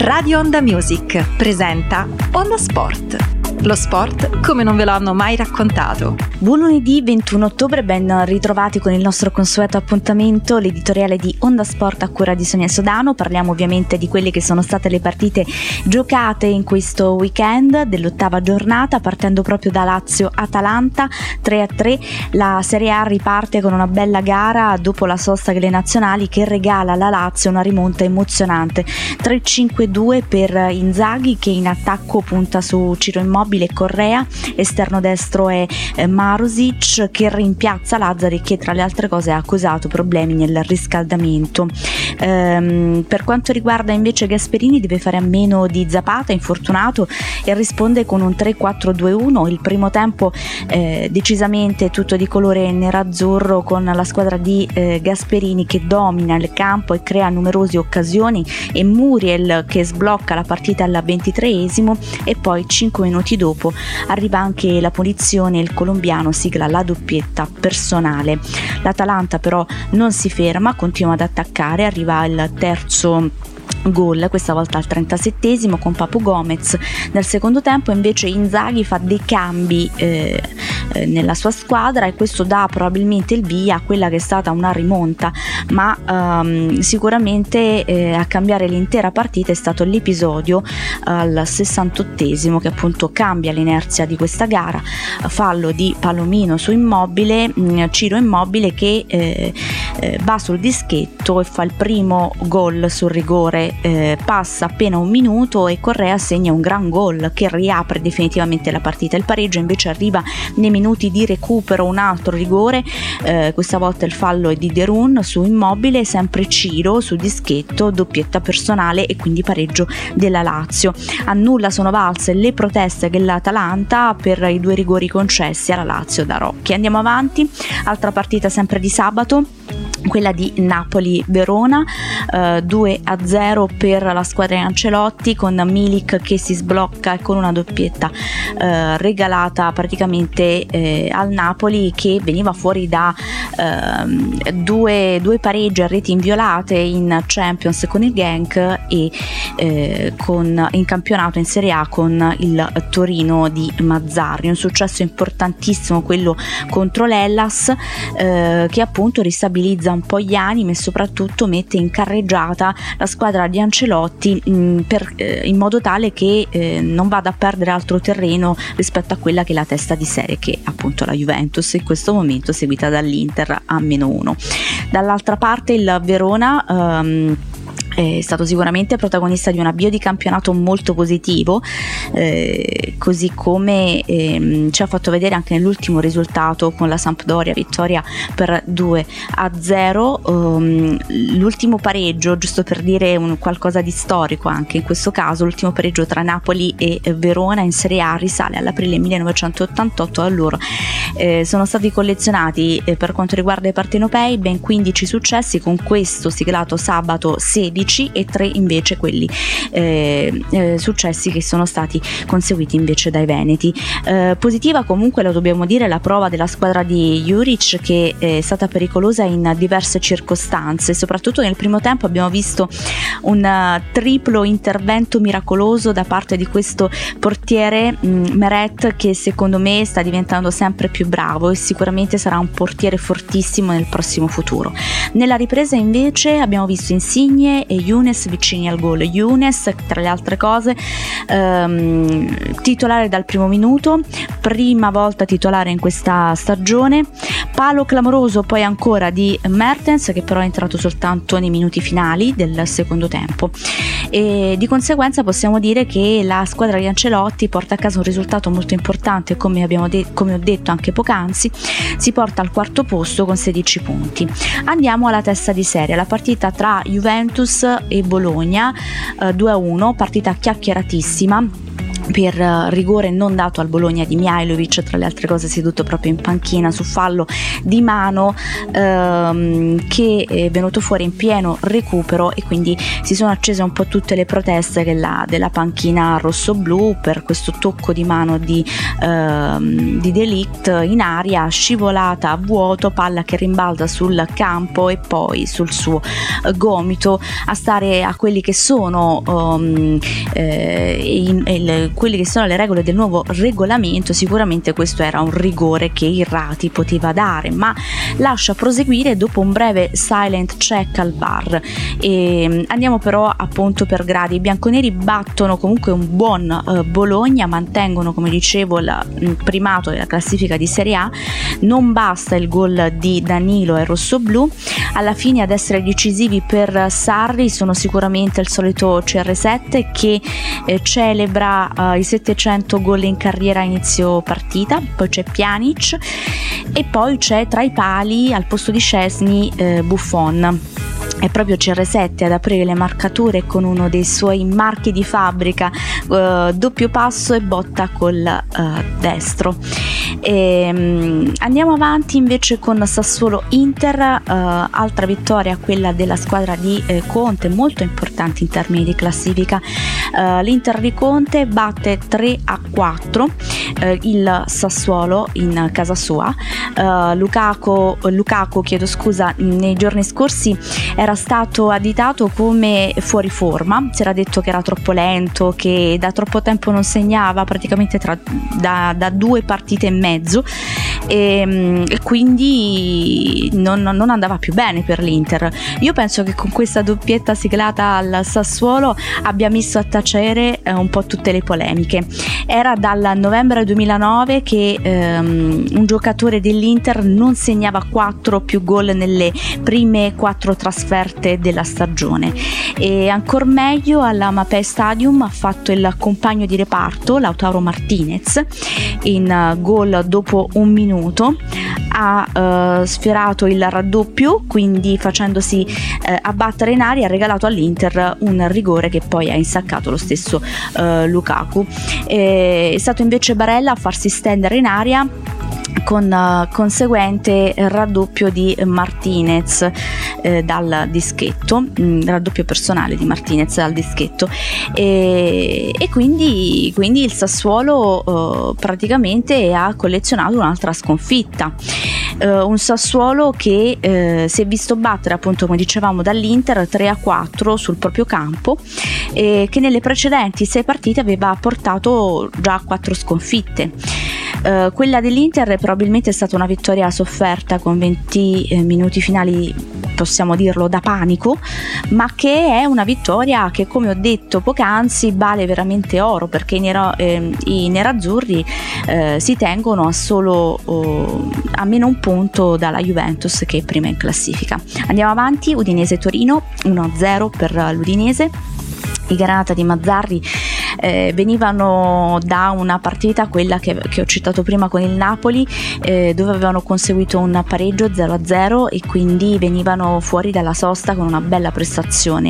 Radio Onda Music presenta Onda Sport. Lo sport come non ve lo hanno mai raccontato. Buon lunedì 21 ottobre, ben ritrovati con il nostro consueto appuntamento, l'editoriale di Onda Sport a cura di Sonia Sodano. Parliamo ovviamente di quelle che sono state le partite giocate in questo weekend dell'8ª giornata, partendo proprio da Lazio-Atalanta 3-3. La Serie A riparte con una bella gara dopo la sosta delle nazionali che regala alla Lazio una rimonta emozionante. 3-5-2 per Inzaghi, che in attacco punta su Ciro Immobile e Correa, esterno destro è Marusic, che rimpiazza Lazzari, che tra le altre cose ha causato problemi nel riscaldamento. Per quanto riguarda invece Gasperini, deve fare a meno di Zapata, infortunato, e risponde con un 3-4-2-1. Il primo tempo decisamente tutto di colore nerazzurro, con la squadra di Gasperini che domina il campo e crea numerose occasioni, e Muriel che sblocca la partita al 23esimo, e poi 5 minuti dopo arriva anche la punizione, il colombiano sigla la doppietta personale. L'Atalanta però non si ferma, continua ad attaccare, arriva il terzo gol, questa volta al 37esimo con Papu Gomez. Nel secondo tempo invece Inzaghi fa dei cambi nella sua squadra, e questo dà probabilmente il via a quella che è stata una rimonta, ma sicuramente a cambiare l'intera partita è stato l'episodio al 68esimo, che appunto cambia l'inerzia di questa gara. Fallo di Palomino su Immobile, Ciro Immobile che va sul dischetto e fa il primo gol sul rigore. Passa appena un minuto e Correa segna un gran gol che riapre definitivamente la partita. Il pareggio invece arriva nei minuti di recupero, un altro rigore, questa volta il fallo è di Derun su Immobile, sempre Ciro su dischetto, doppietta personale e quindi pareggio della Lazio. A nulla sono valse le proteste dell'Atalanta per i 2 rigori concessi alla Lazio da Rocchi. Andiamo avanti, altra partita sempre di sabato, quella di Napoli-Verona, 2-0 per la squadra di Ancelotti, con Milik che si sblocca e con una doppietta regalata praticamente al Napoli, che veniva fuori da due pareggi a reti inviolate in Champions con il Genk e in campionato in Serie A con il Torino di Mazzarri. Un successo importantissimo quello contro l'Hellas, che appunto ristabilizza un po' gli animi e soprattutto mette in carreggiata la squadra di Ancelotti in modo tale che non vada a perdere altro terreno rispetto a quella che è la testa di serie, che è appunto la Juventus, in questo momento seguita dall'Inter a -1. Dall'altra parte il Verona è stato sicuramente protagonista di un avvio di campionato molto positivo, così come ci ha fatto vedere anche nell'ultimo risultato con la Sampdoria, vittoria per 2-0. L'ultimo pareggio, giusto per dire qualcosa di storico anche in questo caso, l'ultimo pareggio tra Napoli e Verona in Serie A risale all'aprile 1988. Allora sono stati collezionati per quanto riguarda i partenopei ben 15 successi, con questo siglato sabato 16, e 3 invece quelli successi che sono stati conseguiti invece dai veneti. Positiva comunque, lo dobbiamo dire, la prova della squadra di Juric, che è stata pericolosa in diverse circostanze. Soprattutto nel primo tempo abbiamo visto un triplo intervento miracoloso da parte di questo portiere Meret, che secondo me sta diventando sempre più bravo e sicuramente sarà un portiere fortissimo nel prossimo futuro. Nella ripresa invece abbiamo visto Insigne e Younes vicini al gol. Younes, tra le altre cose, titolare dal primo minuto, prima volta titolare in questa stagione. Palo clamoroso poi ancora di Mertens, che però è entrato soltanto nei minuti finali del secondo tempo, e di conseguenza possiamo dire che la squadra di Ancelotti porta a casa un risultato molto importante, come ho detto anche poc'anzi. Si porta al quarto posto con 16 punti. Andiamo alla testa di serie, la partita tra Juventus e Bologna, 2-1, partita chiacchieratissima per rigore non dato al Bologna di Mihajlovic, tra le altre cose seduto proprio in panchina su fallo di mano che è venuto fuori in pieno recupero, e quindi si sono accese un po' tutte le proteste della panchina rossoblu per questo tocco di mano di De Ligt in aria, scivolata a vuoto, palla che rimbalza sul campo e poi sul suo gomito. A stare a quelli che sono quelle che sono le regole del nuovo regolamento, sicuramente questo era un rigore che Irrati poteva dare, ma lascia proseguire dopo un breve silent check al VAR. E andiamo però appunto per gradi. I bianconeri battono comunque un buon Bologna, mantengono, come dicevo, il primato della classifica di Serie A. Non basta il gol di Danilo e rossoblu. Alla fine ad essere decisivi per Sarri sono sicuramente il solito CR7 che celebra i 700 gol in carriera a inizio partita, poi c'è Pjanic e poi c'è tra i pali al posto di Szczęsny Buffon. È proprio CR7 ad aprire le marcature con uno dei suoi marchi di fabbrica, doppio passo e botta col destro. Andiamo avanti invece con Sassuolo-Inter, altra vittoria, quella della squadra di Conte, molto importante in termini di classifica. L'Inter di Conte batte 3-4 il Sassuolo in casa sua. Lukaku, nei giorni scorsi era stato additato come fuori forma, si era detto che era troppo lento, che da troppo tempo non segnava, praticamente da 2 partite e mezzo, e quindi non andava più bene per l'Inter. Io penso che con questa doppietta siglata al Sassuolo abbia messo a tacere un po' tutte le polemiche. Era dal novembre 2009 che un giocatore dell'Inter non segnava 4 più gol nelle prime 4 trasferte della stagione, e ancor meglio alla Mapei Stadium ha fatto il compagno di reparto Lautaro Martinez in gol dopo un minuto. Ha sfiorato il raddoppio, quindi facendosi abbattere in aria, ha regalato all'Inter un rigore che poi ha insaccato lo stesso Lukaku. È stato invece Barella a farsi stendere in aria con conseguente raddoppio di Martinez dal dischetto, raddoppio personale di Martinez dal dischetto, e quindi il Sassuolo praticamente ha collezionato un'altra sconfitta. Un Sassuolo che si è visto battere, appunto come dicevamo, dall'Inter 3-4 sul proprio campo, che nelle precedenti 6 partite aveva portato già 4 sconfitte. Quella dell'Inter è probabilmente stata una vittoria sofferta, con 20 minuti finali, possiamo dirlo, da panico, ma che è una vittoria che, come ho detto poc'anzi, vale veramente oro, perché i nerazzurri si tengono a meno un punto dalla Juventus, che è prima in classifica. Andiamo avanti. Udinese-Torino 1-0 per l'Udinese. I Granata di Mazzarri venivano da una partita, quella che ho citato prima con il Napoli, dove avevano conseguito un pareggio 0-0 e quindi venivano fuori dalla sosta con una bella prestazione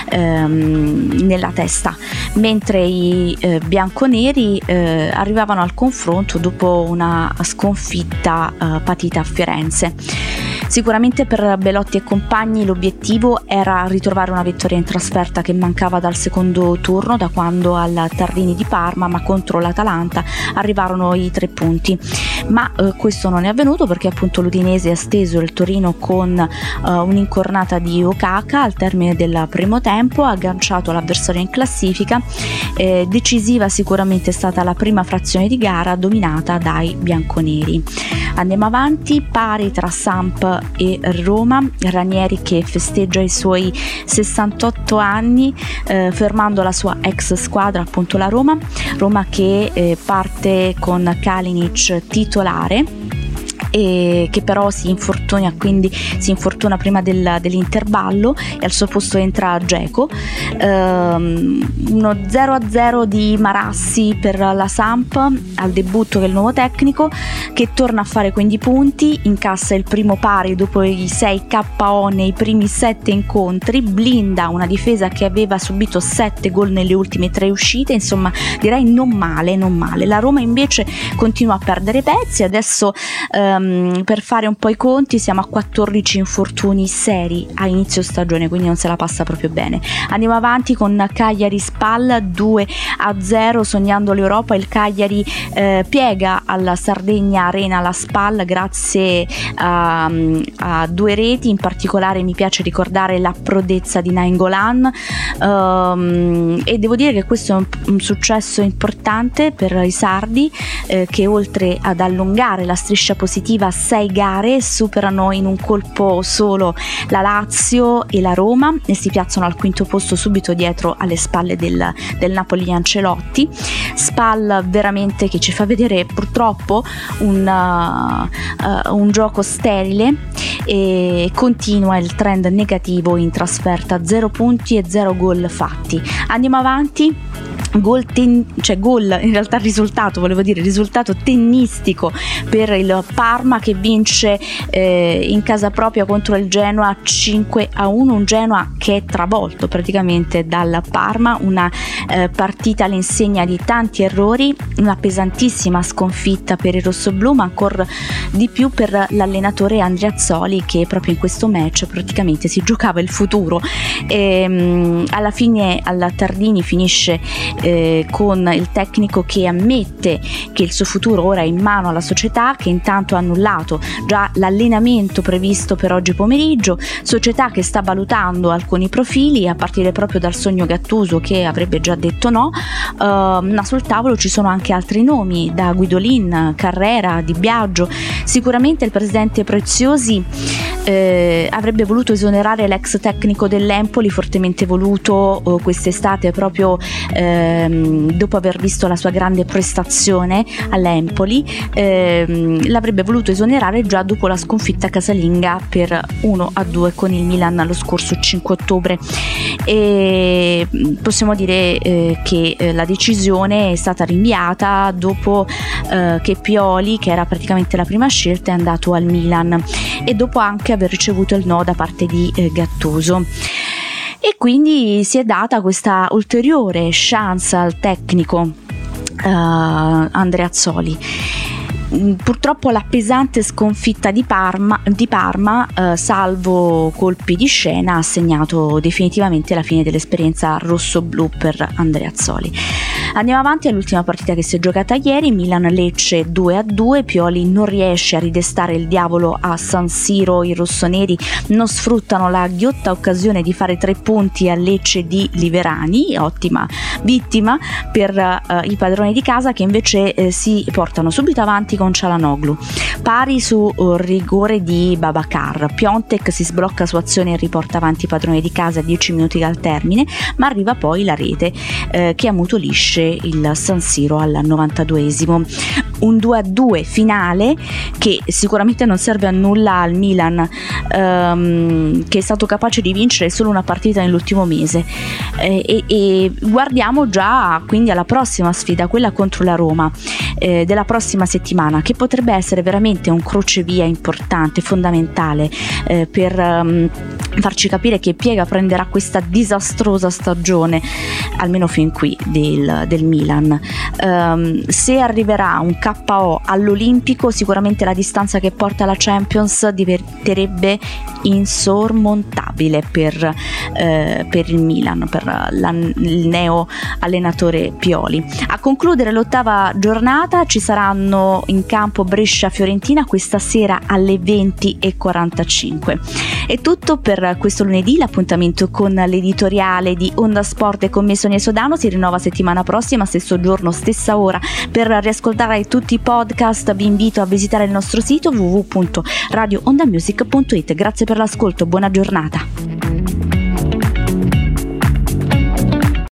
nella testa, mentre i bianconeri arrivavano al confronto dopo una sconfitta patita a Firenze. Sicuramente per Belotti e compagni l'obiettivo era ritrovare una vittoria in trasferta che mancava dal secondo turno, da quando al Tardini di Parma, ma contro l'Atalanta arrivarono i 3 punti. Ma questo non è avvenuto, perché appunto l'Udinese ha steso il Torino con un'incornata di Okaka al termine del primo tempo, ha agganciato l'avversario in classifica. Decisiva sicuramente è stata la prima frazione di gara, dominata dai bianconeri. Andiamo avanti. Pari tra Samp e Roma, Ranieri che festeggia i suoi 68 anni fermando la sua ex squadra, appunto la Roma che parte con Kalinic titolare e che però si infortuna prima dell'intervallo e al suo posto entra Dzeko. Uno 0-0 di Marassi per la Samp al debutto del nuovo tecnico, che torna a fare quindi punti, incassa il primo pari dopo i 6 KO nei primi 7 incontri, blinda una difesa che aveva subito 7 gol nelle ultime 3 uscite, insomma direi non male. La Roma invece continua a perdere pezzi, adesso per fare un po' i conti siamo a 14 infortuni seri a inizio stagione, quindi non se la passa proprio bene. Andiamo avanti con Cagliari Spal 2-0, sognando l'Europa il Cagliari piega alla Sardegna Arena la Spal grazie a 2 reti, in particolare mi piace ricordare la prodezza di Nainggolan, e devo dire che questo è un successo importante per i sardi, che oltre ad allungare la striscia positiva a 6 gare superano in un colpo solo la Lazio e la Roma e si piazzano al quinto posto subito dietro alle spalle del Napoli di Ancelotti. Spal veramente che ci fa vedere purtroppo un gioco sterile e continua il trend negativo in trasferta, 0 punti e 0 gol fatti. Andiamo avanti. Risultato tennistico per il Parma, che vince in casa propria contro il Genoa 5-1, un Genoa che è travolto praticamente dal Parma, una partita all'insegna di tanti errori, una pesantissima sconfitta per il rossoblù, ma ancora di più per l'allenatore Andreazzoli, che proprio in questo match praticamente si giocava il futuro. Alla fine, alla Tardini, finisce con il tecnico che ammette che il suo futuro ora è in mano alla società, che intanto ha annullato già l'allenamento previsto per oggi pomeriggio, società che sta valutando alcuni profili a partire proprio dal sogno Gattuso, che avrebbe già detto no, ma sul tavolo ci sono anche altri nomi, da Guidolin, Carrera, Di Biagio. Sicuramente il presidente Preziosi avrebbe voluto esonerare l'ex tecnico dell'Empoli, fortemente voluto quest'estate, proprio dopo aver visto la sua grande prestazione all'Empoli. L'avrebbe voluto esonerare già dopo la sconfitta casalinga per 1-2 con il Milan lo scorso 5 ottobre, e possiamo dire che la decisione è stata rinviata dopo che Pioli, che era praticamente la prima scelta, è andato al Milan e dopo anche aver ricevuto il no da parte di Gattuso. E quindi si è data questa ulteriore chance al tecnico Andreazzoli. Purtroppo la pesante sconfitta di Parma, salvo colpi di scena, ha segnato definitivamente la fine dell'esperienza rossoblù per Andreazzoli. Andiamo avanti all'ultima partita che si è giocata ieri, Milan-Lecce 2-2, Pioli non riesce a ridestare il diavolo a San Siro, i rossoneri non sfruttano la ghiotta occasione di fare 3 punti a Lecce di Liverani, ottima vittima per i padroni di casa, che invece si portano subito avanti con Çalhanoğlu. Pari su rigore di Babacar, Piontek si sblocca su azione e riporta avanti i padroni di casa a 10 minuti dal termine, ma arriva poi la rete che ammutolisce il San Siro al 92esimo. Un 2-2 finale che sicuramente non serve a nulla al Milan, che è stato capace di vincere solo una partita nell'ultimo mese, e guardiamo già quindi alla prossima sfida, quella contro la Roma della prossima settimana, che potrebbe essere veramente un crocevia importante, fondamentale per farci capire che Piega prenderà questa disastrosa stagione, almeno fin qui, del Milan. Se arriverà un KO all'Olimpico, sicuramente la distanza che porta alla Champions diventerebbe insormontabile per il Milan, per il neo allenatore Pioli. A concludere l'8ª giornata ci saranno in campo Brescia-Fiorentina questa sera alle 20:45. È tutto per questo lunedì, l'appuntamento con l'editoriale di Onda Sport e con me Sonia Sodano si rinnova settimana prossima, stesso giorno, stessa ora. Per riascoltare tutti i podcast vi invito a visitare il nostro sito www.radioondamusic.it. Grazie per l'ascolto, buona giornata.